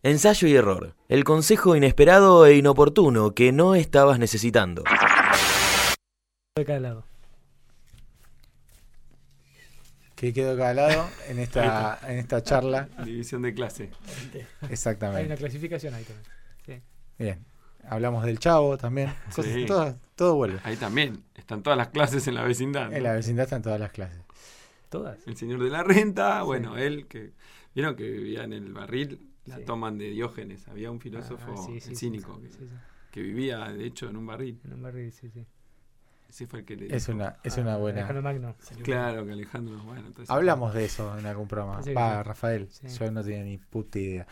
Ensayo y error. El consejo inesperado e inoportuno que no estabas necesitando. De cada lado. Que quedó cada lado en esta charla. División de clase. Hay Exactamente. una clasificación ahí también. Sí. Bien. Hablamos del Chavo también. Sí. Todo vuelve. Ahí también. Están todas las clases en la vecindad, ¿no? En la vecindad están todas las clases. Todas. El señor de la renta, bueno, él que... ¿Vieron que vivía en el barril? La Sí. toman de Diógenes. Había un filósofo cínico que vivía, de hecho, en un barril. En un barril, sí. Ese fue el que le Es dijo. una buena. Alejandro Magno. Claro, que Alejandro... Bueno, entonces, Hablamos de eso en algún programa. Sí, Va, sí. Rafael. Sí. Yo no tenía ni puta idea.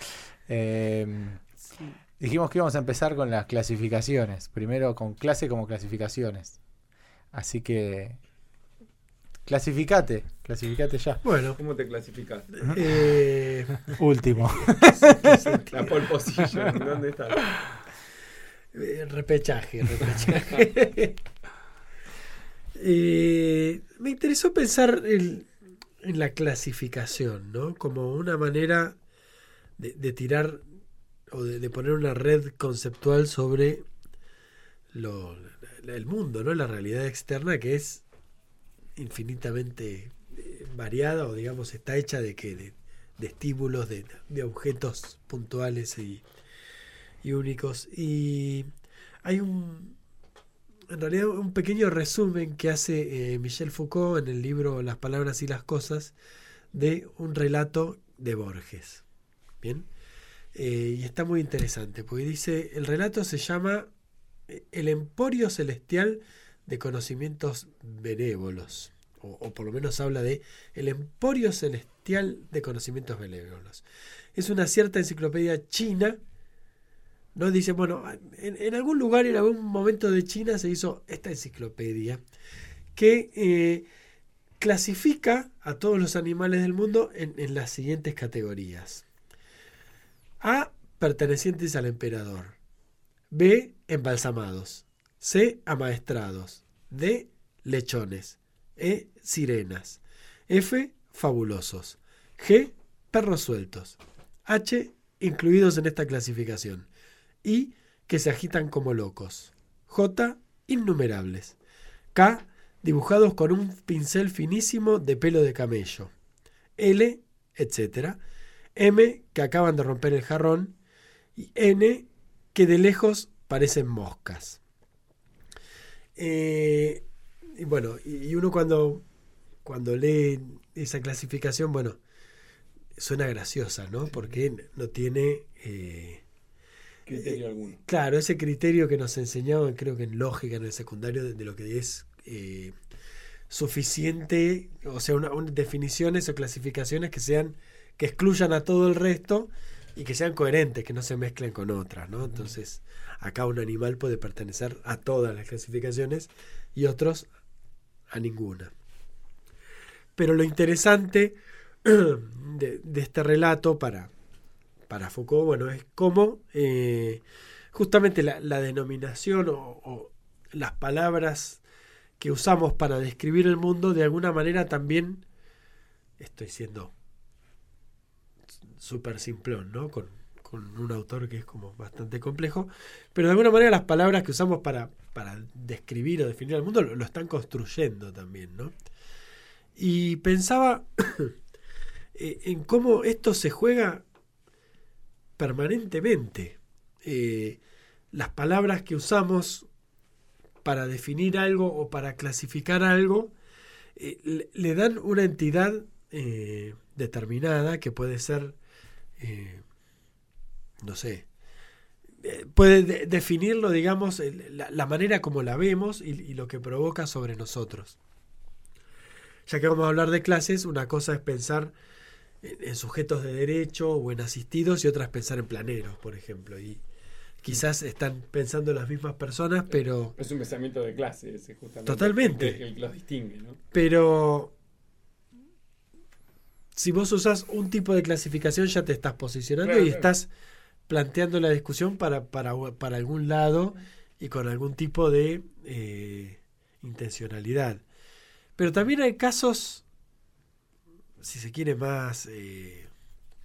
Dijimos que íbamos a empezar con las clasificaciones. Primero con clase como clasificaciones. Así que clasificate ya. Bueno, ¿Cómo te clasificás? Último. La pole position, ¿dónde está? repechaje. Me interesó pensar en la clasificación, ¿no? Como una manera de tirar o de poner una red conceptual sobre el mundo, ¿no? La realidad externa, que es infinitamente variada, o digamos está hecha de estímulos, de objetos puntuales y únicos. Y hay en realidad un pequeño resumen que hace Michel Foucault en el libro Las palabras y las cosas, de un relato de Borges. Bien. Y está muy interesante, porque dice, el relato se llama El emporio celestial de conocimientos benévolos, o por lo menos habla de el emporio celestial de conocimientos benévolos. Es una cierta enciclopedia china, ¿no? Dice, bueno, en algún lugar, en algún momento de China se hizo esta enciclopedia que clasifica a todos los animales del mundo en las siguientes categorías. A, pertenecientes al emperador. B, embalsamados. C, amaestrados. D, lechones. E, sirenas. F, fabulosos. G, perros sueltos. H, incluidos en esta clasificación. I, que se agitan como locos. J, innumerables. K, dibujados con un pincel finísimo de pelo de camello. L, etc. M, que acaban de romper el jarrón. Y N, que de lejos parecen moscas. Y bueno, y uno cuando lee esa clasificación, bueno, suena graciosa, ¿no? Porque no tiene... Criterio alguno. Claro, ese criterio que nos enseñaban, creo que en lógica, en el secundario, de lo que es suficiente, o sea, definiciones o clasificaciones que excluyan a todo el resto y que sean coherentes, que no se mezclen con otras, ¿no? Entonces, acá un animal puede pertenecer a todas las clasificaciones y otros a ninguna. Pero lo interesante de este relato para Foucault, bueno, es cómo justamente la denominación o las palabras que usamos para describir el mundo, de alguna manera también, estoy siendo súper simplón, ¿no? Con un autor que es como bastante complejo, pero de alguna manera las palabras que usamos para describir o definir el mundo lo están construyendo también, ¿no? Y pensaba en cómo esto se juega permanentemente. Las palabras que usamos para definir algo o para clasificar algo le dan una entidad determinada, que puede ser no sé, puede definirlo, digamos, la manera como la vemos y lo que provoca sobre nosotros. Ya que vamos a hablar de clases, una cosa es pensar en sujetos de derecho o en asistidos, y otra es pensar en planeros, por ejemplo, y quizás están pensando las mismas personas, pero... Es un pensamiento de clase ese, justamente. Totalmente. El que los distingue, ¿no? Pero si vos usás un tipo de clasificación, ya te estás posicionando, Claro, y claro. estás planteando la discusión para algún lado y con algún tipo de intencionalidad. Pero también hay casos, si se quiere, más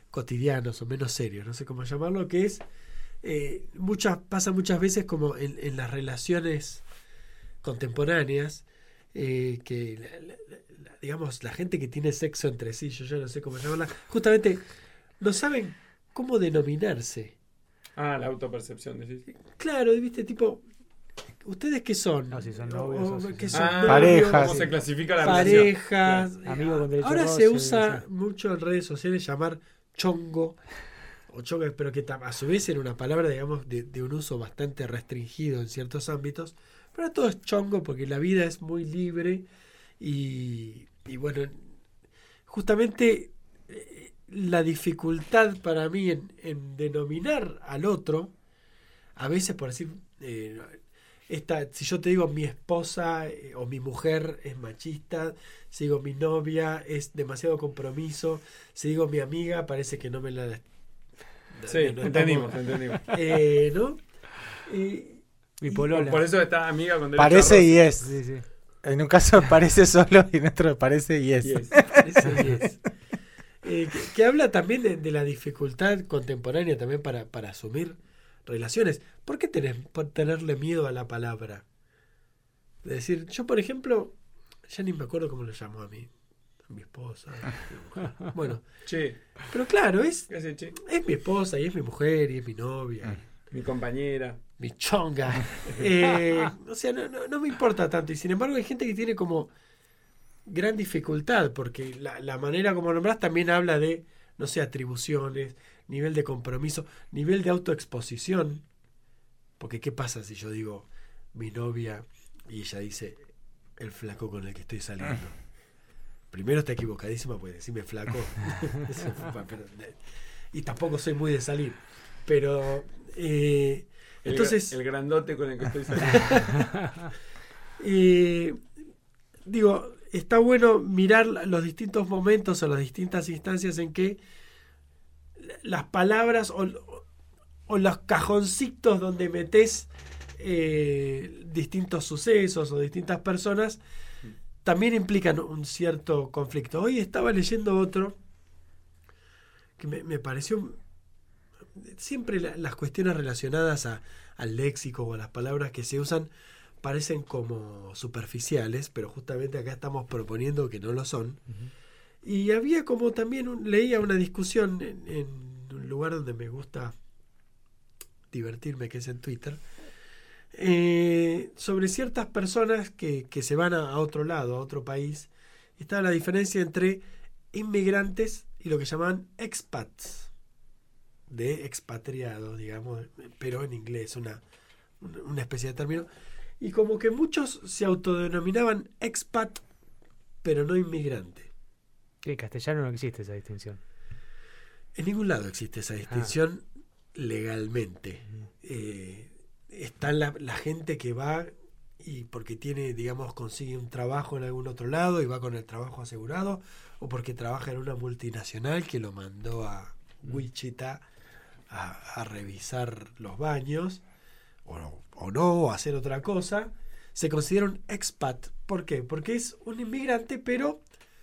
cotidianos o menos serios, no sé cómo llamarlo, que es pasa muchas veces como en las relaciones contemporáneas, que digamos la gente que tiene sexo entre sí, yo ya no sé cómo llamarla, justamente no saben cómo denominarse. La autopercepción, decís. Claro, viste, tipo, ¿ustedes qué son? No, si son novios. ¿Qué son? Parejas. ¿Cómo se clasifica la Parejas. relación? Amigos con derecho a Ahora roce, se usa sí. mucho en redes sociales llamar chongo, o chonga, pero que a su vez era una palabra, digamos, de un uso bastante restringido en ciertos ámbitos. Pero todo es chongo porque la vida es muy libre y bueno, justamente la dificultad para mí en denominar al otro, a veces por decir, si yo te digo mi esposa o mi mujer es machista, si digo mi novia es demasiado compromiso, si digo mi amiga parece que no me la... Sí, entendimos. ¿No? Mi polola. Por eso está amiga con derecho Parece a roce. y es. Sí. En un caso parece solo y en otro parece y es. Yes. Parece y es. Que habla también de la dificultad contemporánea también para asumir relaciones. ¿Por qué tenerle miedo a la palabra? Es decir, yo por ejemplo, ya ni me acuerdo cómo lo llamo a mi esposa, mi mujer. Bueno, Che, pero claro, es ¿qué hace, che? mi esposa y es mi mujer y es mi novia, Mi compañera. mi chonga. O sea, no me importa tanto. Y sin embargo hay gente que tiene como gran dificultad, porque la manera como nombrás también habla de, no sé, atribuciones, nivel de compromiso, nivel de autoexposición. Porque ¿qué pasa si yo digo mi novia y ella dice el flaco con el que estoy saliendo? Primero está equivocadísima, puede decirme flaco. Y tampoco soy muy de salir. Pero entonces El grandote con el que estoy saliendo. digo, está bueno mirar los distintos momentos o las distintas instancias en que las palabras o los cajoncitos donde metés distintos sucesos o distintas personas también implican un cierto conflicto. Hoy estaba leyendo otro que me pareció siempre las cuestiones relacionadas al léxico o a las palabras que se usan parecen como superficiales, pero justamente acá estamos proponiendo que no lo son. Uh-huh. Y había como también leía una discusión en un lugar donde me gusta divertirme, que es en Twitter, sobre ciertas personas que se van a otro lado, a otro país. Estaba la diferencia entre inmigrantes y lo que llamaban expats, de expatriados, digamos, pero en inglés, una especie de término. Y como que muchos se autodenominaban expat, pero no inmigrante. En castellano no existe esa distinción. En ningún lado existe esa distinción legalmente. Está la gente que va y porque tiene, digamos, consigue un trabajo en algún otro lado y va con el trabajo asegurado, o porque trabaja en una multinacional que lo mandó a Wichita a revisar los baños, o no, o hacer otra cosa, se considera un expat. ¿Por qué? Porque es un inmigrante, pero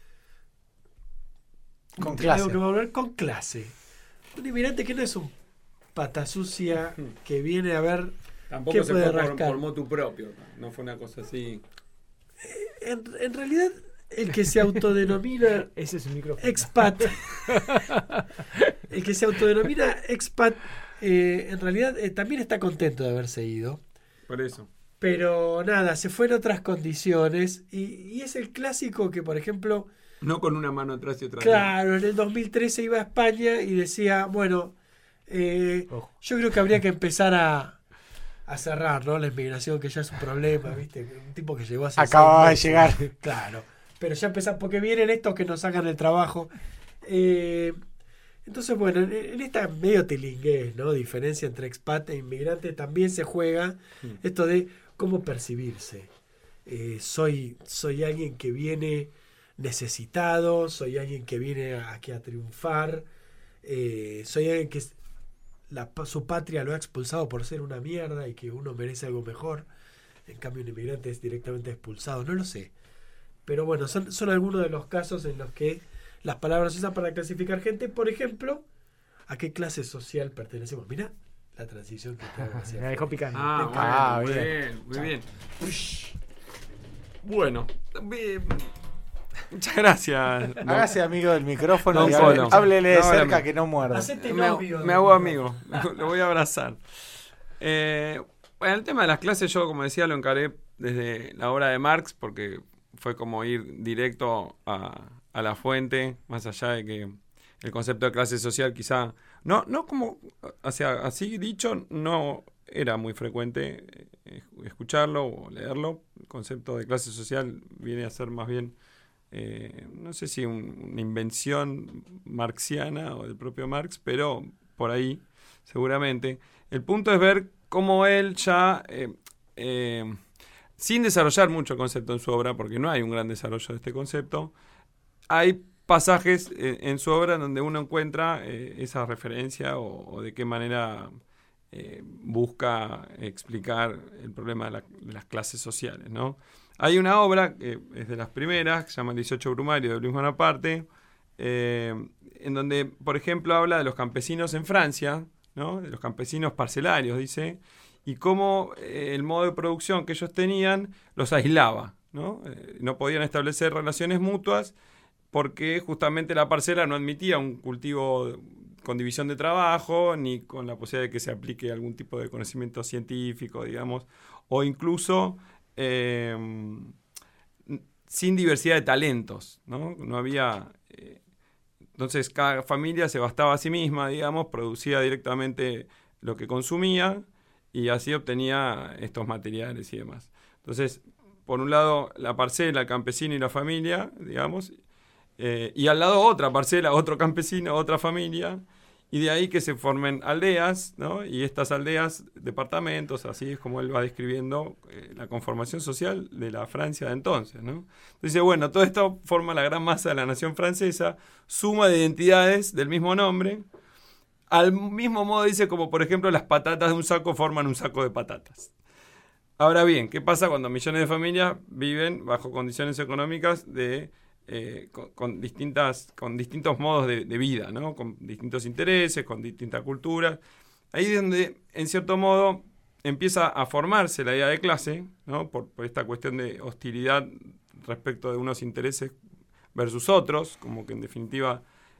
con clase. Tengo que volver con clase. Un inmigrante que no es un pata sucia que viene a ver tampoco qué se puede fue rascar. por motu propio, no fue una cosa así. En realidad, el que se autodenomina ese es un micrófono. Expat, el que se autodenomina expat, en realidad también está contento de haberse ido. Por eso. Pero nada, se fue en otras condiciones y es el clásico que, por ejemplo... No con una mano atrás y otra Claro, en el 2013 iba a España y decía, bueno, yo creo que habría que empezar a cerrar, ¿no? La inmigración, que ya es un problema, ¿viste? Un tipo que llegó hace acababa de llegar. Claro, pero ya empezar, porque vienen estos que nos sacan el trabajo. Entonces, bueno, en esta medio tilingués, ¿no? Diferencia entre expat e inmigrante también se juega esto de cómo percibirse. Soy alguien que viene necesitado, soy alguien que viene aquí a triunfar, soy alguien que su patria lo ha expulsado por ser una mierda y que uno merece algo mejor. En cambio un inmigrante es directamente expulsado, no lo sé, pero bueno, son algunos de los casos en los que las palabras se usan para clasificar gente. Por ejemplo, ¿A qué clase social pertenecemos? Mirá la transición que está hacia me dejó picando. Bien, muy bien. Bueno, muchas gracias. Hágase amigo del micrófono y Polo. háblele de cerca que no muerda. Me hago amigo, lo voy a abrazar. Bueno, el tema de las clases yo, como decía, lo encaré desde la obra de Marx, porque fue como ir directo a la fuente, más allá de que el concepto de clase social quizá, no como, o sea, así dicho, no era muy frecuente escucharlo o leerlo. El concepto de clase social viene a ser más bien, no sé si una invención marxiana o del propio Marx, pero por ahí seguramente. El punto es ver cómo él ya, sin desarrollar mucho el concepto en su obra, porque no hay un gran desarrollo de este concepto, hay pasajes en su obra donde uno encuentra esa referencia o de qué manera busca explicar el problema de las clases sociales, ¿no? Hay una obra que es de las primeras, que se llama El 18 Brumario de Luis Bonaparte, en donde, por ejemplo, habla de los campesinos en Francia, ¿no? De los campesinos parcelarios, dice, y cómo el modo de producción que ellos tenían los aislaba, ¿no? No podían establecer relaciones mutuas porque justamente la parcela no admitía un cultivo con división de trabajo, ni con la posibilidad de que se aplique algún tipo de conocimiento científico, digamos, o incluso sin diversidad de talentos, ¿no? No había... entonces cada familia se bastaba a sí misma, digamos, producía directamente lo que consumía y así obtenía estos materiales y demás. Entonces, por un lado, la parcela, el campesino y la familia, digamos, y al lado otra parcela, otro campesino, otra familia, y de ahí que se formen aldeas, ¿no? Y estas aldeas, departamentos, así es como él va describiendo la conformación social de la Francia de entonces, ¿no? Dice, bueno, todo esto forma la gran masa de la nación francesa, suma de identidades del mismo nombre, al mismo modo dice como por ejemplo las patatas de un saco forman un saco de patatas. Ahora bien, ¿qué pasa cuando millones de familias viven bajo condiciones económicas de con distintos modos de vida, ¿no? Con distintos intereses, con distintas culturas? Ahí es donde, en cierto modo, empieza a formarse la idea de clase, ¿no? Por esta cuestión de hostilidad respecto de unos intereses versus otros, como que en definitiva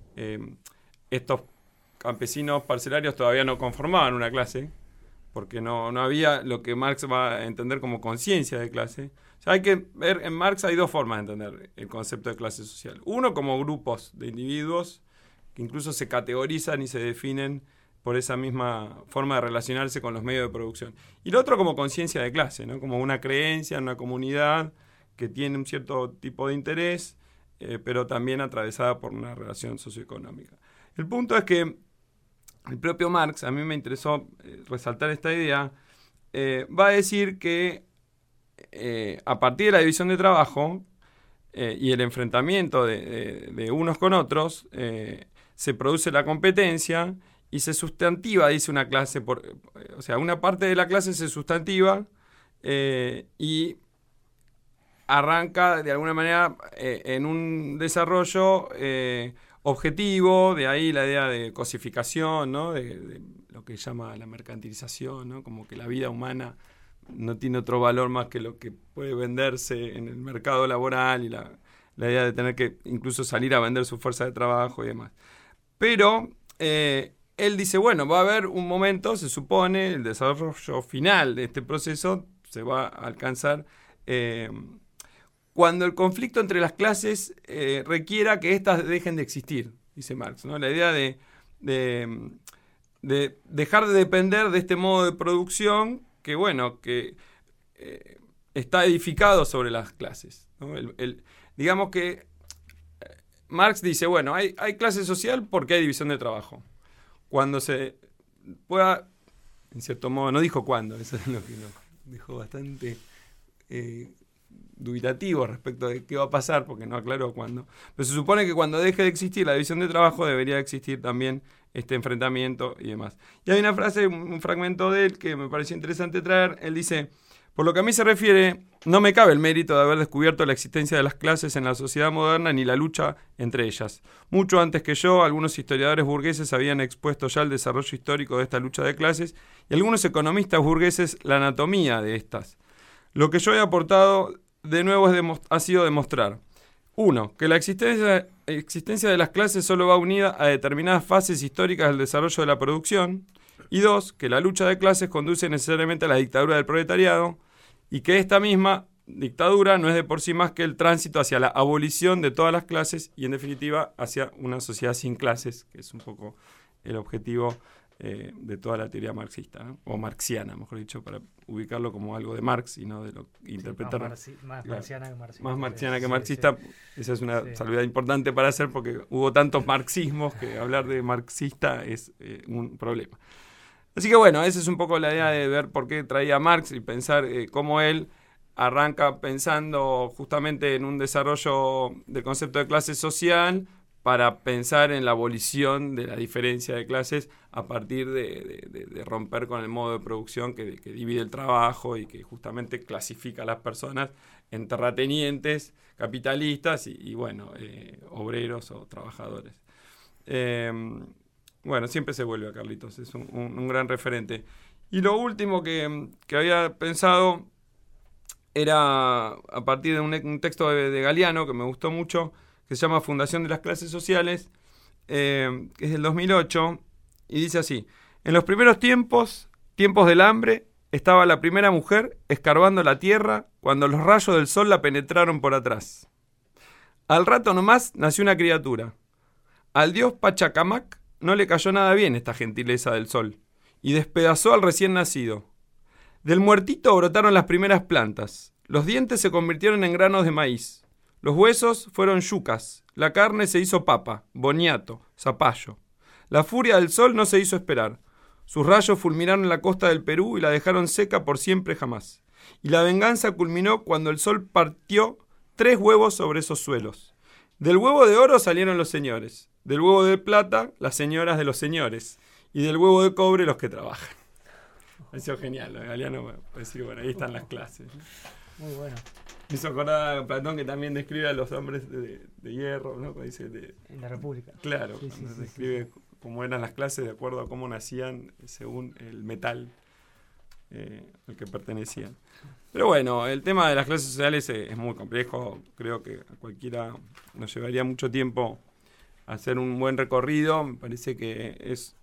estos campesinos parcelarios todavía no conformaban una clase, porque no había lo que Marx va a entender como conciencia de clase. O sea, hay que ver, en Marx hay dos formas de entender el concepto de clase social. Uno, como grupos de individuos que incluso se categorizan y se definen por esa misma forma de relacionarse con los medios de producción. Y el otro como conciencia de clase, ¿no? Como una creencia en una comunidad que tiene un cierto tipo de interés, pero también atravesada por una relación socioeconómica. El punto es que el propio Marx, a mí me interesó resaltar esta idea, va a decir que a partir de la división de trabajo y el enfrentamiento de unos con otros, se produce la competencia y se sustantiva, dice una clase, o sea, una parte de la clase se sustantiva y arranca de alguna manera en un desarrollo objetivo, de ahí la idea de cosificación, ¿no? De lo que llama la mercantilización, ¿no? Como que la vida humana no tiene otro valor más que lo que puede venderse en el mercado laboral y la idea de tener que incluso salir a vender su fuerza de trabajo y demás. Pero él dice, bueno, va a haber un momento, se supone, el desarrollo final de este proceso se va a alcanzar cuando el conflicto entre las clases requiera que éstas dejen de existir, dice Marx, ¿no? La idea de dejar de depender de este modo de producción que, bueno, que está edificado sobre las clases, ¿no? Digamos que Marx dice, bueno, hay clase social porque hay división de trabajo. Cuando se pueda, en cierto modo, no dijo cuándo, eso es lo que nos dejó bastante dubitativo respecto de qué va a pasar, porque no aclaró cuándo. Pero se supone que cuando deje de existir la división de trabajo debería existir también este enfrentamiento y demás. Y hay una frase, un fragmento de él que me pareció interesante traer. Él dice, Por lo que a mí se refiere, no me cabe el mérito de haber descubierto la existencia de las clases en la sociedad moderna ni la lucha entre ellas. Mucho antes que yo, algunos historiadores burgueses habían expuesto ya el desarrollo histórico de esta lucha de clases y algunos economistas burgueses la anatomía de estas. Lo que yo he aportado de nuevo ha sido demostrar: 1. Que la existencia de las clases solo va unida a determinadas fases históricas del desarrollo de la producción. Y 2. Que la lucha de clases conduce necesariamente a la dictadura del proletariado y que esta misma dictadura no es de por sí más que el tránsito hacia la abolición de todas las clases y, en definitiva, hacia una sociedad sin clases, que es un poco el objetivo de toda la teoría marxista, ¿no? O marxiana, mejor dicho, para ubicarlo como algo de Marx y no de lo interpretarlo. Más marxiana que marxista. Más marxiana que marxista. Sí. Esa es una salvedad importante para hacer porque hubo tantos marxismos que hablar de marxista es un problema. Así que bueno, esa es un poco la idea de ver por qué traía Marx y pensar cómo él arranca pensando justamente en un desarrollo del concepto de clase social para pensar en la abolición de la diferencia de clases a partir de romper con el modo de producción que divide el trabajo y que justamente clasifica a las personas en terratenientes, capitalistas y obreros o trabajadores. Bueno, siempre se vuelve a Carlitos, es un gran referente. Y lo último que había pensado era a partir de un texto de Galeano que me gustó mucho, que se llama Fundación de las Clases Sociales, que es del 2008, y dice así: en los primeros tiempos del hambre, estaba la primera mujer escarbando la tierra cuando los rayos del sol la penetraron por atrás. Al rato nomás nació una criatura. Al dios Pachacamac no le cayó nada bien esta gentileza del sol, y despedazó al recién nacido. Del muertito brotaron las primeras plantas, los dientes se convirtieron en granos de maíz, los huesos fueron yucas, la carne se hizo papa, boniato, zapallo. La furia del sol no se hizo esperar. Sus rayos fulminaron la costa del Perú y la dejaron seca por siempre jamás. Y la venganza culminó cuando el sol partió 3 huevos sobre esos suelos. Del huevo de oro salieron los señores, del huevo de plata las señoras de los señores, y del huevo de cobre los que trabajan. Me pareció genial, lo de Galeano, decir, bueno, ahí están las clases. Muy bueno. Me hizo acordar a Platón, que también describe a los hombres de hierro, ¿no? Cuando dice en la República. Claro, sí, cuando describe cómo eran las clases de acuerdo a cómo nacían según el metal al que pertenecían. Pero bueno, el tema de las clases sociales es muy complejo. Creo que a cualquiera nos llevaría mucho tiempo hacer un buen recorrido. Me parece que es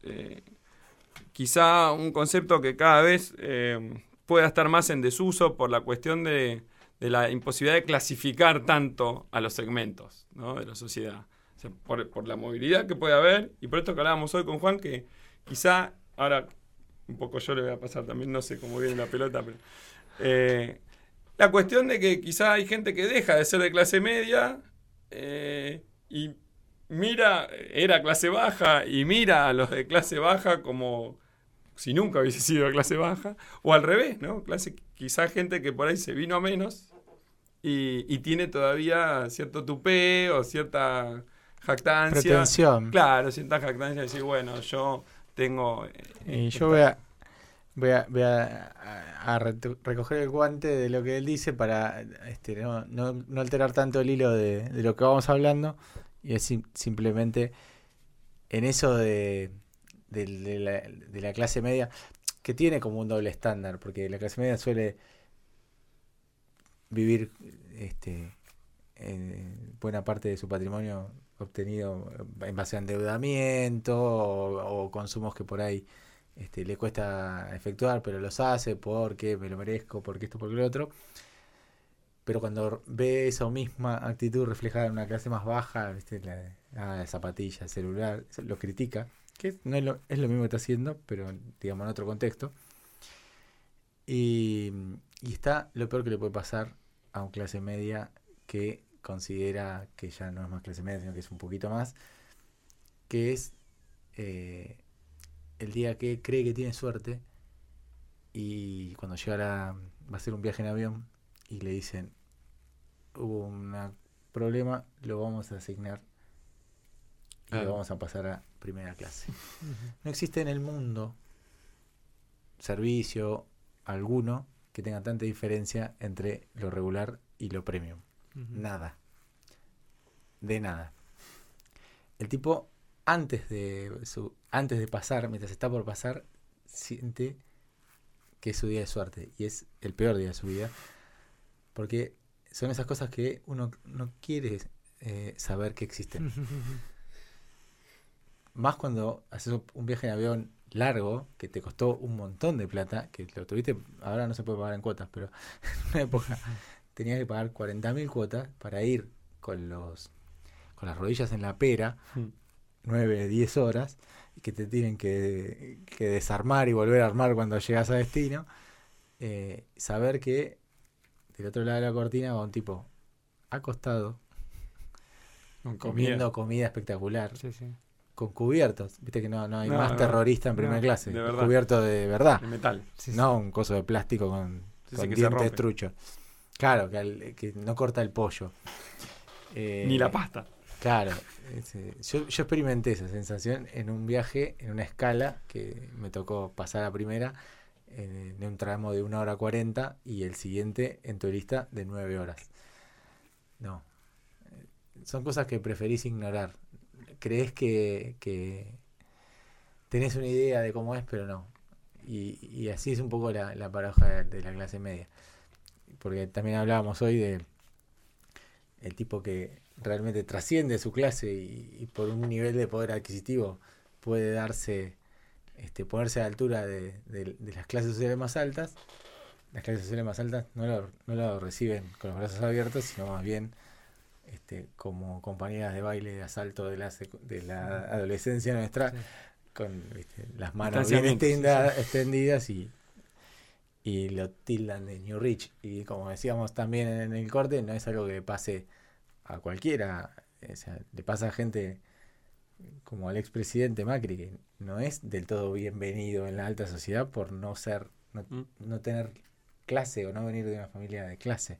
quizá un concepto que cada vez pueda estar más en desuso por la cuestión de la imposibilidad de clasificar tanto a los segmentos, ¿no?, de la sociedad. O sea, por la movilidad que puede haber, y por esto que hablábamos hoy con Juan, que quizá, ahora un poco yo le voy a pasar también, no sé cómo viene la pelota, pero la cuestión de que quizá hay gente que deja de ser de clase media y era clase baja y mira a los de clase baja como si nunca hubiese sido de clase baja, o al revés, ¿no? Quizá gente que por ahí se vino a menos y tiene todavía cierto tupé o cierta jactancia. Pretensión. Claro, cierta jactancia de decir, bueno, yo tengo... y yo voy a recoger el guante de lo que él dice para no alterar tanto el hilo de lo que vamos hablando, y es simplemente en eso de la clase media, que tiene como un doble estándar, porque la clase media suele vivir buena parte de su patrimonio obtenido en base a endeudamiento o consumos que por ahí le cuesta efectuar, pero los hace porque me lo merezco, porque esto, porque lo otro. Pero cuando ve esa misma actitud reflejada en una clase más baja, la zapatilla, el celular, lo critica, que no es lo mismo que está haciendo, pero digamos en otro contexto. Y está lo peor que le puede pasar a una clase media que considera que ya no es más clase media, sino que es un poquito más, que es el día que cree que tiene suerte y cuando llega va a hacer un viaje en avión y le dicen, hubo un problema, lo vamos a asignar y lo vamos a pasar a primera clase. No existe en el mundo servicio alguno que tenga tanta diferencia entre lo regular y lo premium. Nada. De nada. El tipo, antes de pasar, mientras está por pasar, siente que es su día de suerte. Y es el peor día de su vida. Porque son esas cosas que uno no quiere saber que existen. Más cuando haces un viaje en avión largo, que te costó un montón de plata, que lo tuviste, ahora no se puede pagar en cuotas, pero en una época tenías que pagar 40.000 cuotas para ir con las rodillas en la pera, 9, 10 horas, y que te tienen que desarmar y volver a armar cuando llegas a destino. Saber que del otro lado de la cortina va un tipo acostado, comiendo comida espectacular, con cubiertos. Viste que no hay más terrorista en primera clase. Cubierto de verdad. De metal. No un coso de plástico con dientes truchos. Claro, que no corta el pollo. Ni la pasta. Claro. Yo experimenté esa sensación en un viaje, en una escala, que me tocó pasar a primera, en un tramo de 1 hora 40 y el siguiente en turista de 9 horas. No. Son cosas que preferís ignorar. Crees que tenés una idea de cómo es, pero no. Y así es un poco la paradoja de la clase media. Porque también hablábamos hoy de el tipo que realmente trasciende su clase y por un nivel de poder adquisitivo puede ponerse a la altura de las clases sociales más altas. Las clases sociales más altas no lo reciben con los brazos abiertos, sino más bien como compañeras de baile de asalto de la adolescencia nuestra, con las manos bien extendidas y lo tildan de New Rich. Y como decíamos también en el corte, no es algo que pase a cualquiera. O sea, le pasa a gente como al expresidente Macri, que no es del todo bienvenido en la alta sociedad por no tener clase o no venir de una familia de clase.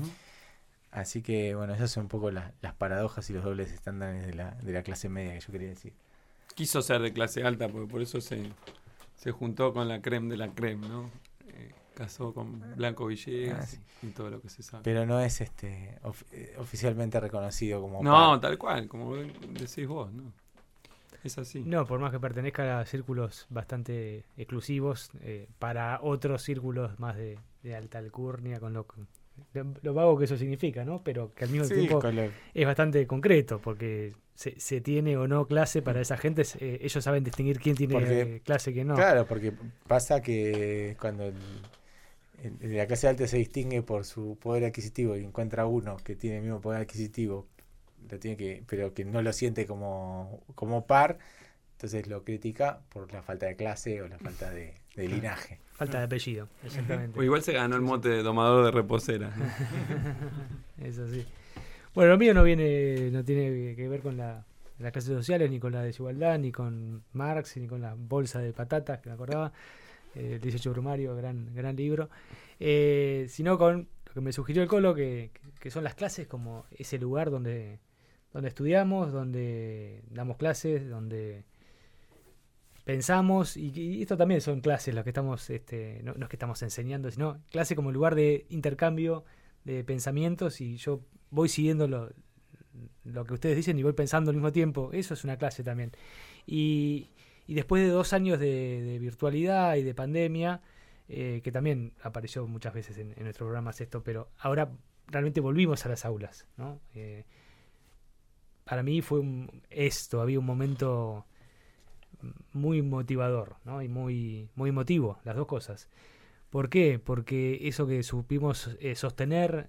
Así que bueno, esas son un poco las paradojas y los dobles estándares de la clase media que yo quería decir. Quiso ser de clase alta, porque por eso se juntó con la creme de la creme, ¿no? Casó con Blanco Villegas y todo lo que se sabe. Pero no es oficialmente reconocido como tal cual, como decís vos, ¿no? Es así. No, por más que pertenezca a círculos bastante exclusivos, para otros círculos más de alta alcurnia, con lo vago que eso significa, ¿no? Pero que al mismo tiempo es bastante concreto, porque se tiene o no clase para esa gente. Ellos saben distinguir quién tiene clase y quién no. Claro, porque pasa que cuando la clase alta se distingue por su poder adquisitivo y encuentra uno que tiene el mismo poder adquisitivo, pero que no lo siente como par, entonces lo critica por la falta de clase o la falta de linaje. Falta de apellido, exactamente. O igual se ganó el mote de domador de reposera. Eso sí. Bueno, lo mío no tiene que ver con las clases sociales, ni con la desigualdad, ni con Marx, ni con la bolsa de patatas, que me acordaba, el 18 Brumario, gran libro, sino con lo que me sugirió el Colo, que son las clases como ese lugar donde estudiamos, donde damos clases, donde pensamos, y esto también son clases las que estamos, no es que estamos enseñando, sino clase como lugar de intercambio de pensamientos, y yo voy siguiendo lo que ustedes dicen y voy pensando al mismo tiempo. Eso es una clase también. Y después de 2 años de virtualidad y de pandemia, que también apareció muchas veces en nuestros programas esto, pero ahora realmente volvimos a las aulas, ¿no? Para mí había un momento muy motivador, ¿no? Y muy, muy emotivo, las dos cosas. ¿Por qué? Porque eso que supimos sostener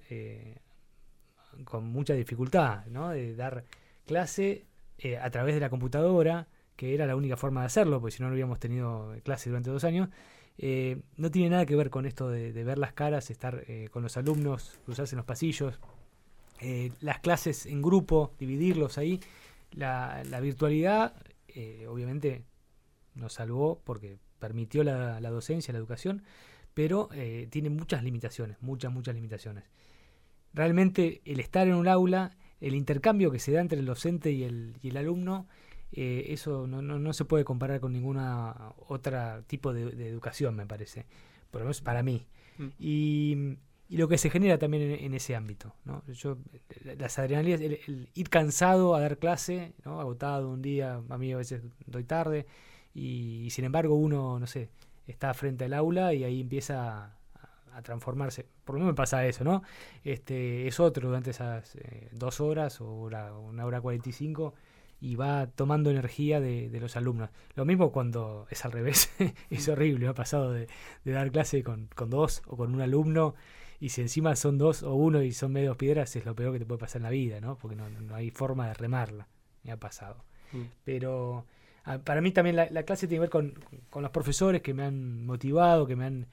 con mucha dificultad, ¿no? De dar clase a través de la computadora, que era la única forma de hacerlo, porque si no hubiéramos tenido clase durante 2 años, no tiene nada que ver con esto de ver las caras, estar con los alumnos, cruzarse en los pasillos, las clases en grupo, dividirlos ahí. La virtualidad obviamente nos salvó porque permitió la docencia, la educación, pero tiene muchas limitaciones, muchas limitaciones. Realmente el estar en un aula, el intercambio que se da entre el docente y el alumno, eso no se puede comparar con ninguna otra tipo de educación, me parece. por lo menos para mí. Mm. Y lo que se genera también en ese ámbito, ¿no? Las adrenalinas, el ir cansado a dar clase, ¿no? Agotado un día, a mí a veces doy tarde, y sin embargo uno, no sé, está frente al aula y ahí empieza a transformarse. Por lo menos me pasa eso, ¿no? Es otro durante esas 2 horas o 1 hora 45, y va tomando energía de los alumnos. Lo mismo cuando es al revés. Es horrible, me ha pasado de dar clase con 2 o con un alumno, y si encima son 2 o 1 y son medios piedras, es lo peor que te puede pasar en la vida, ¿no? Porque no hay forma de remarla. Me ha pasado. Pero para mí también la clase tiene que ver con los profesores que me han motivado, que me han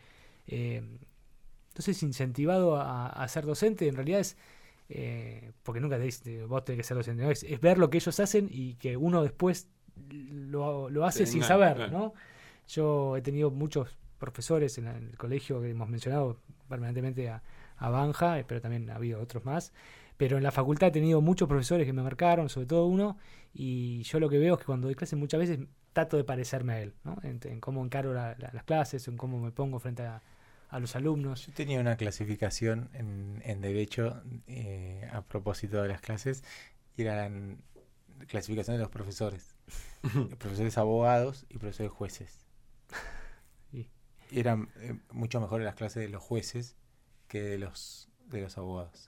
no sé si incentivado a ser docente. En realidad es porque nunca te dice vos tenés que ser docente, ¿no? Es ver lo que ellos hacen y que uno después lo hace sin saber, ¿no? Yo he tenido muchos profesores en el colegio que hemos mencionado permanentemente a Banja, pero también ha habido otros más. Pero en la facultad he tenido muchos profesores que me marcaron, sobre todo uno, y yo lo que veo es que cuando doy clases muchas veces trato de parecerme a él, ¿no? En cómo encaro las clases, en cómo me pongo frente a los alumnos. Yo tenía una clasificación en Derecho a propósito de las clases, y era la clasificación de los profesores. Profesores abogados y profesores jueces. Sí. Y eran mucho mejores las clases de los jueces que de los abogados.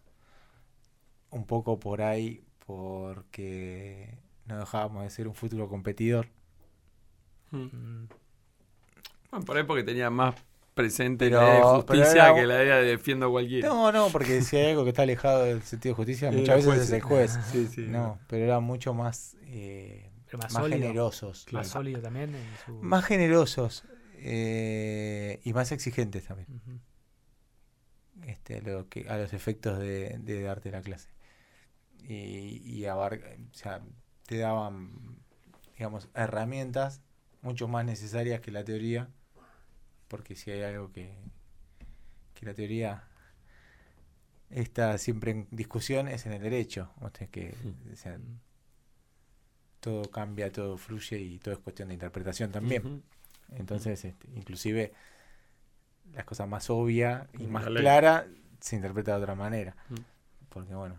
Un poco por ahí, porque no dejábamos de ser un futuro competidor. Mm. Bueno, por ahí porque tenía más presente Pero- la idea de pero justicia era- que la idea de defiendo a cualquiera. No, porque si hay algo que está alejado del sentido de justicia, El muchas veces juez. es el juez. Sí, sí. No, pero eran mucho más, Pero más más sólido. generosos. Más sólido también en su... Más generosos y más exigentes también. Ujú. A los efectos de darte la clase. O sea, te daban, digamos, herramientas mucho más necesarias que la teoría, porque si hay algo que la teoría está siempre en discusión es en el derecho. O sea, todo cambia, todo fluye y todo es cuestión de interpretación también. Ujú. Entonces, inclusive las cosas más obvias y más La ley. claras se interpreta de otra manera. Mm. Porque bueno,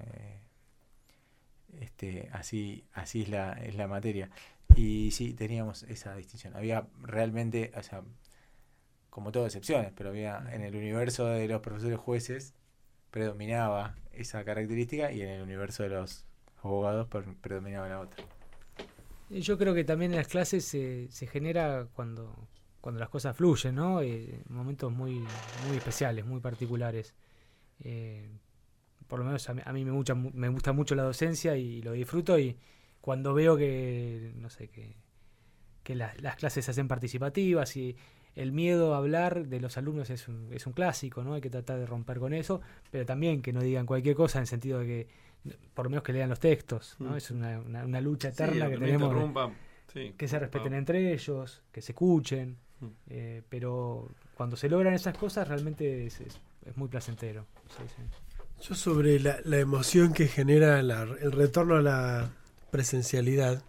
así es la materia. Y sí, teníamos esa distinción. Había realmente, o sea, como todas excepciones, pero había en el universo de los profesores jueces predominaba esa característica, y en el universo de los abogados predominaba la otra. Yo creo que también en las clases se genera cuando las cosas fluyen, ¿no? Momentos muy especiales, muy particulares. Por lo menos a mí me gusta mucho la docencia y lo disfruto, y cuando veo que, no sé, que las clases se hacen participativas, y el miedo a hablar de los alumnos es un clásico, ¿no? Hay que tratar de romper con eso, pero también que no digan cualquier cosa, en el sentido de que por lo menos que lean los textos, ¿no? Es una lucha eterna Sí, que me tenemos, interrumpa. Sí, que se por respeten favor. entre ellos, que se escuchen, pero cuando se logran esas cosas realmente es muy placentero. Sí, sí. Yo sobre la emoción que genera el retorno a la presencialidad,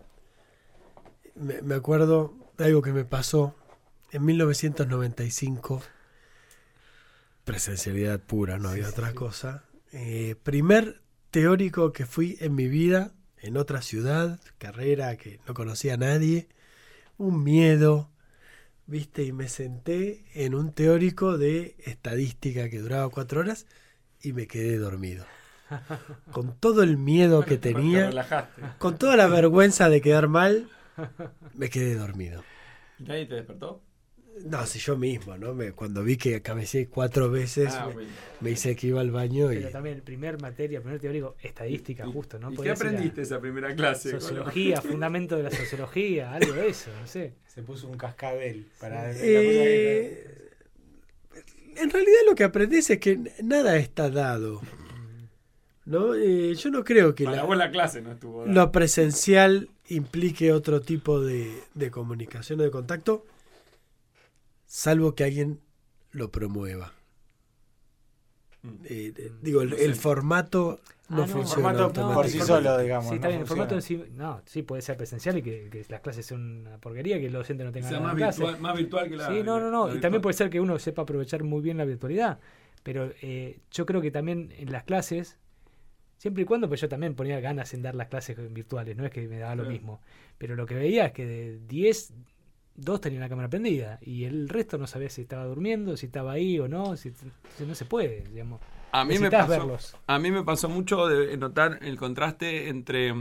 me acuerdo de algo que me pasó en 1995, presencialidad pura, no había otra cosa. Primer teórico que fui en mi vida, en otra ciudad, carrera que no conocía a nadie, un miedo, ¿viste? Y me senté en un teórico de estadística que duraba 4 horas y me quedé dormido. Con todo el miedo que Te tenía, relajaste. con toda la vergüenza de quedar mal, me quedé dormido. ¿Y nadie te despertó? No, si yo mismo, ¿no? Cuando vi que cabeceé 4 veces, Bueno. me hice que iba al baño y... Pero también primer teórico, estadística, justo, ¿no? ¿Y qué Podía ser aprendiste esa primera clase? sociología, fundamento de la sociología, algo de eso, no sé. Se puso un cascabel para En realidad lo que aprendes es que nada está dado, ¿no? Yo no creo que Para vos la clase no estuvo. lo presencial implique otro tipo de comunicación o de contacto, salvo que alguien lo promueva. Digo, No sé. el formato no no, funciona formato automáticamente. por sí solo, digamos. Sí, está no bien, el formato funciona. sí puede ser presencial y que las clases sean una porquería, que el docente no O tenga sea, nada más en clase. más virtual que la. Sí, no. la Y también virtual. puede ser que uno sepa aprovechar muy bien la virtualidad. Pero yo creo que también en las clases, siempre y cuando, pues yo también ponía ganas en dar las clases virtuales, no es que me daba lo Claro. mismo. Pero lo que veía es que de 10, 2 tenían la cámara prendida y el resto no sabía si estaba durmiendo, si estaba ahí o no, si no se puede, digamos. A mí me Necesitas pasó, verlos. a mí me pasó mucho de notar el contraste entre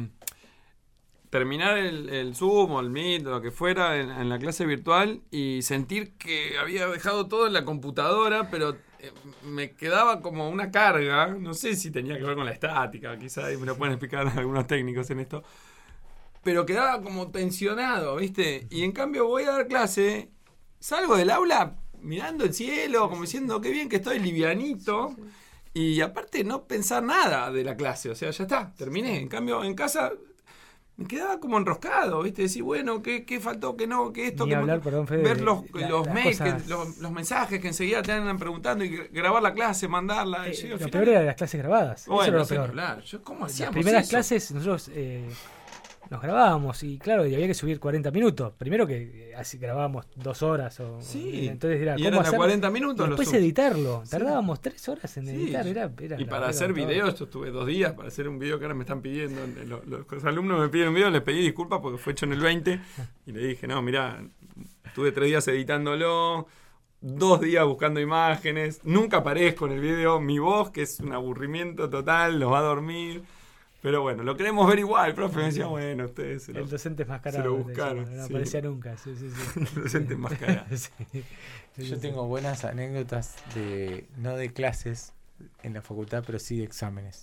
terminar el Zoom o el Meet o lo que fuera en la clase virtual y sentir que había dejado todo en la computadora, pero me quedaba como una carga. No sé si tenía que ver con la estática, quizás me lo pueden explicar algunos técnicos en esto. Pero quedaba como tensionado, ¿viste? Y en cambio voy a dar clase, salgo del aula mirando el cielo, como diciendo qué bien que estoy, livianito. Y aparte no pensar nada de la clase, o sea, ya está, terminé. En cambio, en casa me quedaba como enroscado, ¿viste? Decir, bueno, ¿qué faltó? ¿Qué no? ¿Qué esto? Ni ¿Qué hablar, perdón, Fede, ver de los las mails, cosas- los mensajes que enseguida te andan preguntando y grabar la clase, mandarla. Y yo, al Lo final- peor era las clases grabadas. Eso Bueno, era no lo sé ni peor. hablar. Yo, ¿cómo Las hacíamos primeras eso? clases nosotros nos grabábamos y claro, y había que subir 40 minutos. Primero que así grabábamos 2 horas o Sí, entonces era y cómo eran de hacer 40 y minutos los después Zooms. editarlo. Sí. Tardábamos 3 horas en Sí. editar. Era Y para hacer todo. videos, yo estuve 2 días para hacer un video que ahora me están pidiendo. Los alumnos me piden un video, les pedí disculpas porque fue hecho en el 20. Y le dije, no, mirá, estuve 3 días editándolo, 2 días buscando imágenes. Nunca aparezco en el video. Mi voz, que es un aburrimiento total, los va a dormir. Pero bueno, lo queremos ver igual. El profe me decía, bueno, ustedes se lo, El docente es mascarado. se lo le buscaron, decían, no sí. aparecía nunca. Sí. el docente enmascarado. Sí. Yo tengo buenas anécdotas no de clases en la facultad, pero sí de exámenes.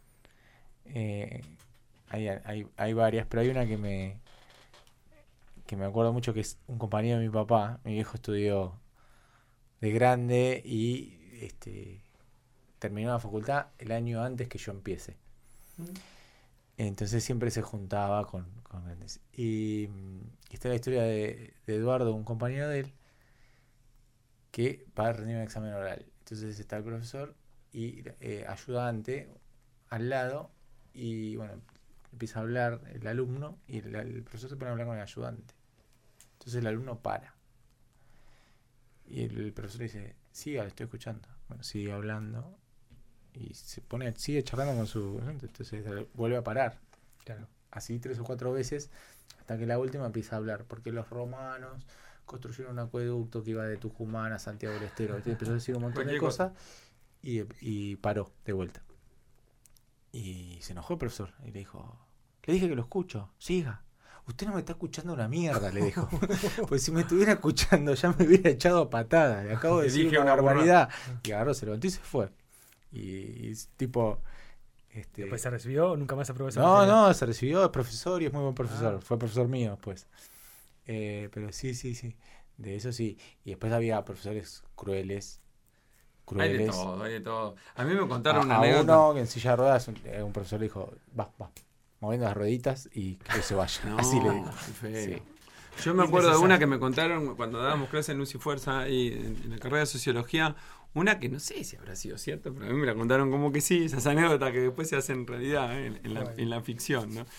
Hay varias, pero hay una que me acuerdo mucho, que es un compañero de mi papá. Mi viejo estudió de grande y terminó la facultad el año antes que yo empiece. Entonces siempre se juntaba con grandes. Y está la historia de Eduardo, un compañero de él, que va a rendir un examen oral. Entonces está el profesor y ayudante al lado, y bueno, empieza a hablar el alumno y el profesor se pone a hablar con el ayudante. Entonces el alumno para. Y el profesor le dice, siga, le estoy escuchando. Bueno, sigue hablando y sigue charlando con su... Entonces vuelve a parar. Claro. Así 3 o 4 veces, hasta que la última empieza a hablar. Porque los romanos construyeron un acueducto que iba de Tucumán a Santiago del Estero. Entonces empezó a decir un montón de Cualquier cosa. cosas y paró de vuelta. Y se enojó el profesor y le dijo, le dije que lo escucho, siga. Usted no me está escuchando una mierda, le dijo. Pues si me estuviera escuchando ya me hubiera echado a patadas. Le acabo de Le decir dije una una barbaridad. Y agarró, se levantó y se fue. Y tipo... Después se recibió, nunca más aprobó esa No, materia. no, se recibió, es profesor y es muy buen profesor. Ah. Fue profesor mío después. Pero sí. De eso sí. Y después había profesores crueles. Hay de todo, hay de todo. A mí me contaron una A anécdota. uno que en silla de ruedas, un profesor le dijo, va, moviendo las rueditas y que se vaya. No, Así le dijo. qué feo. Sí. Yo me acuerdo de Innecesario. una que me contaron cuando dábamos clase en Luz y Fuerza y en la carrera de Sociología, una que no sé si habrá sido cierta, pero a mí me la contaron como que sí, esas anécdotas que después se hacen realidad en la ficción, ¿no?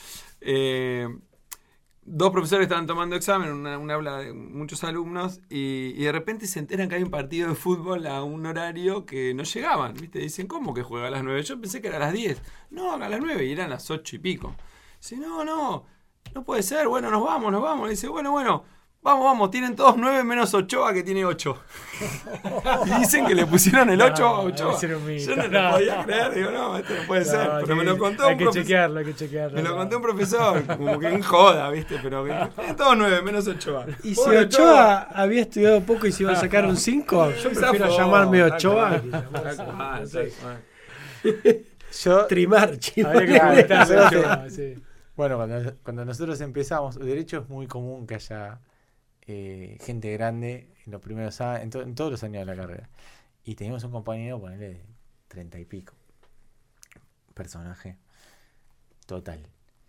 2 profesores estaban tomando examen, una aula de muchos alumnos, y de repente se enteran que hay un partido de fútbol a un horario que no llegaban, ¿viste? Dicen, ¿cómo que juega a las 9? Yo pensé que era a las 10. No, a las 9, y eran las 8 y pico. Dice, no puede ser, bueno, nos vamos. Le dice, bueno, vamos, tienen todos 9 menos Ochoa, que tiene 8. Y dicen que le pusieron el 8 a Ochoa. ese era un mito. Yo no lo podía creer, digo, no, esto no puede ser. Pero me lo contó hay un que profesor. chequearlo. Me lo contó un profesor, como que en joda, ¿viste? Pero que tienen todos 9 menos Ochoa. Y si Pobre Ochoa había estudiado poco y se iba a sacar un 5, yo prefiero Zafó, llamarme tal Ochoa. cual. que llamarse, Tal cual, no sé, tal cual. Yo, Trimarchi. Habría que Claro, preguntarle a nosotros- Ochoa, sí. bueno, cuando nosotros empezamos, derecho es muy común que haya gente grande en los primeros años, en todos los años de la carrera. Y teníamos un compañero, ponele, de 30 y pico. Personaje total.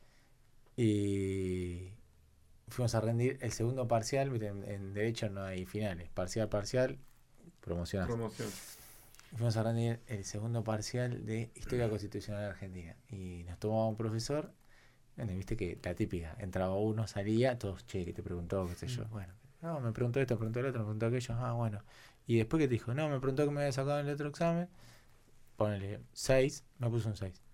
Y fuimos a rendir el segundo parcial. ¿Viste? En derecho no hay finales. Parcial, promocionas. Promoción. fuimos a rendir el segundo parcial de Historia Constitucional Argentina. Y nos tomaba un profesor, bueno, viste que la típica, entraba uno, salía, todos, che, ¿qué te preguntó? ¿Qué sé yo? Bueno, no, me preguntó esto, me preguntó el otro, me preguntó aquello, bueno. Y después que te dijo, no, me preguntó que me había sacado en el otro examen, ponele 6, me puso un 6.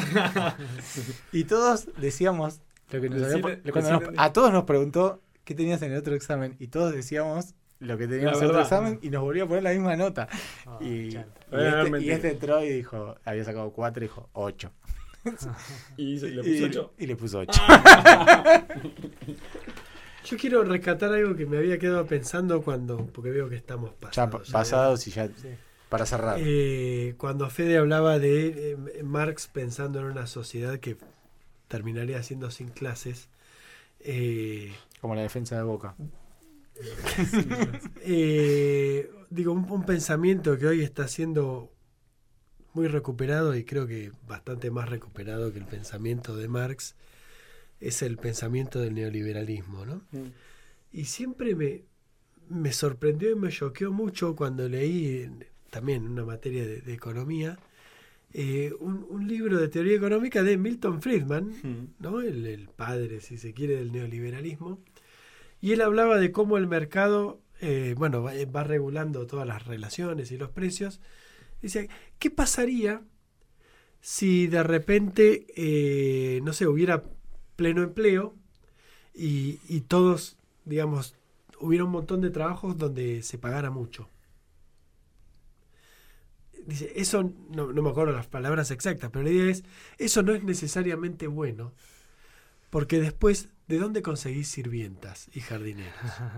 Y todos decíamos, lo que nos a todos nos preguntó qué tenías en el otro examen, y todos decíamos lo que teníamos en el otro examen, y nos volvió a poner la misma nota. Y este entró y dijo, había sacado 4 y dijo 8. Y le puso 8. Y le puso 8. Yo quiero rescatar algo que me había quedado pensando porque veo que estamos pasados. Pasados y ya, sí. Para cerrar. Cuando Fede hablaba de Marx pensando en una sociedad que terminaría siendo sin clases. Como la defensa de Boca. Digo, un pensamiento que hoy está siendo muy recuperado, y creo que bastante más recuperado que el pensamiento de Marx, es el pensamiento del neoliberalismo, ¿no? Y siempre me sorprendió y me choqueó mucho cuando leí, también en una materia de economía, un libro de teoría económica de Milton Friedman, ¿no? El padre, si se quiere, del neoliberalismo. Y él hablaba de cómo el mercado va regulando todas las relaciones y los precios. Dice, ¿qué pasaría si de repente, no sé, hubiera pleno empleo y todos, digamos, hubiera un montón de trabajos donde se pagara mucho? Dice, eso, no me acuerdo las palabras exactas, pero la idea es, eso no es necesariamente bueno, porque después, ¿de dónde conseguís sirvientas y jardineros?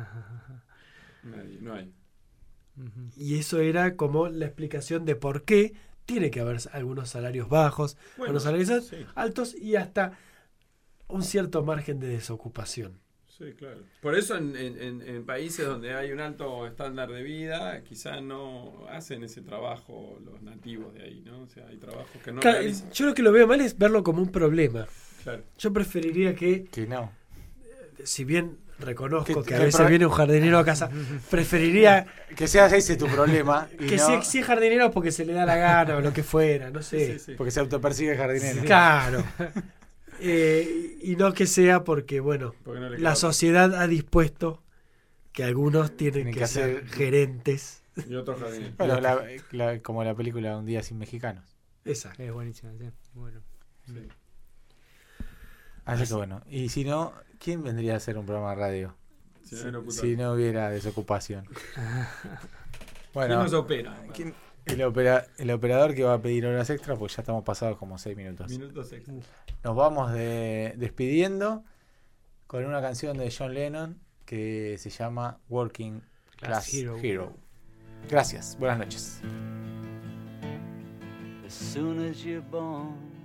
No hay. Y eso era como la explicación de por qué tiene que haber algunos salarios bajos, algunos salarios altos, y hasta un cierto margen de desocupación. Sí, claro. Por eso en países donde hay un alto estándar de vida, quizás no hacen ese trabajo los nativos de ahí, ¿no? O sea, hay trabajos que no realizan. Yo lo que lo veo mal es verlo como un problema. Claro. Yo preferiría que no. Si bien reconozco que a veces viene un jardinero a casa, preferiría que sea ese tu problema. Que no... si es jardinero porque se le da la gana o lo que fuera, no sé. Sí. Porque se autopercibe jardinero. Claro. Y no que sea porque, porque no la sociedad ha dispuesto que algunos tienen que ser gerentes. Y otros jardineros. Bueno, como la película Un día sin mexicanos. Exacto. Es buenísima, sí. Bueno. Sí. Así que bueno, y si no, ¿quién vendría a hacer un programa de radio? Si no hubiera desocupación. Bueno, ¿quién nos opera? El operador que va a pedir horas extras, pues ya estamos pasados como 6 minutos. Minutos extra. Nos vamos despidiendo con una canción de John Lennon que se llama Working Class Hero. Gracias, buenas noches. As soon as you're born,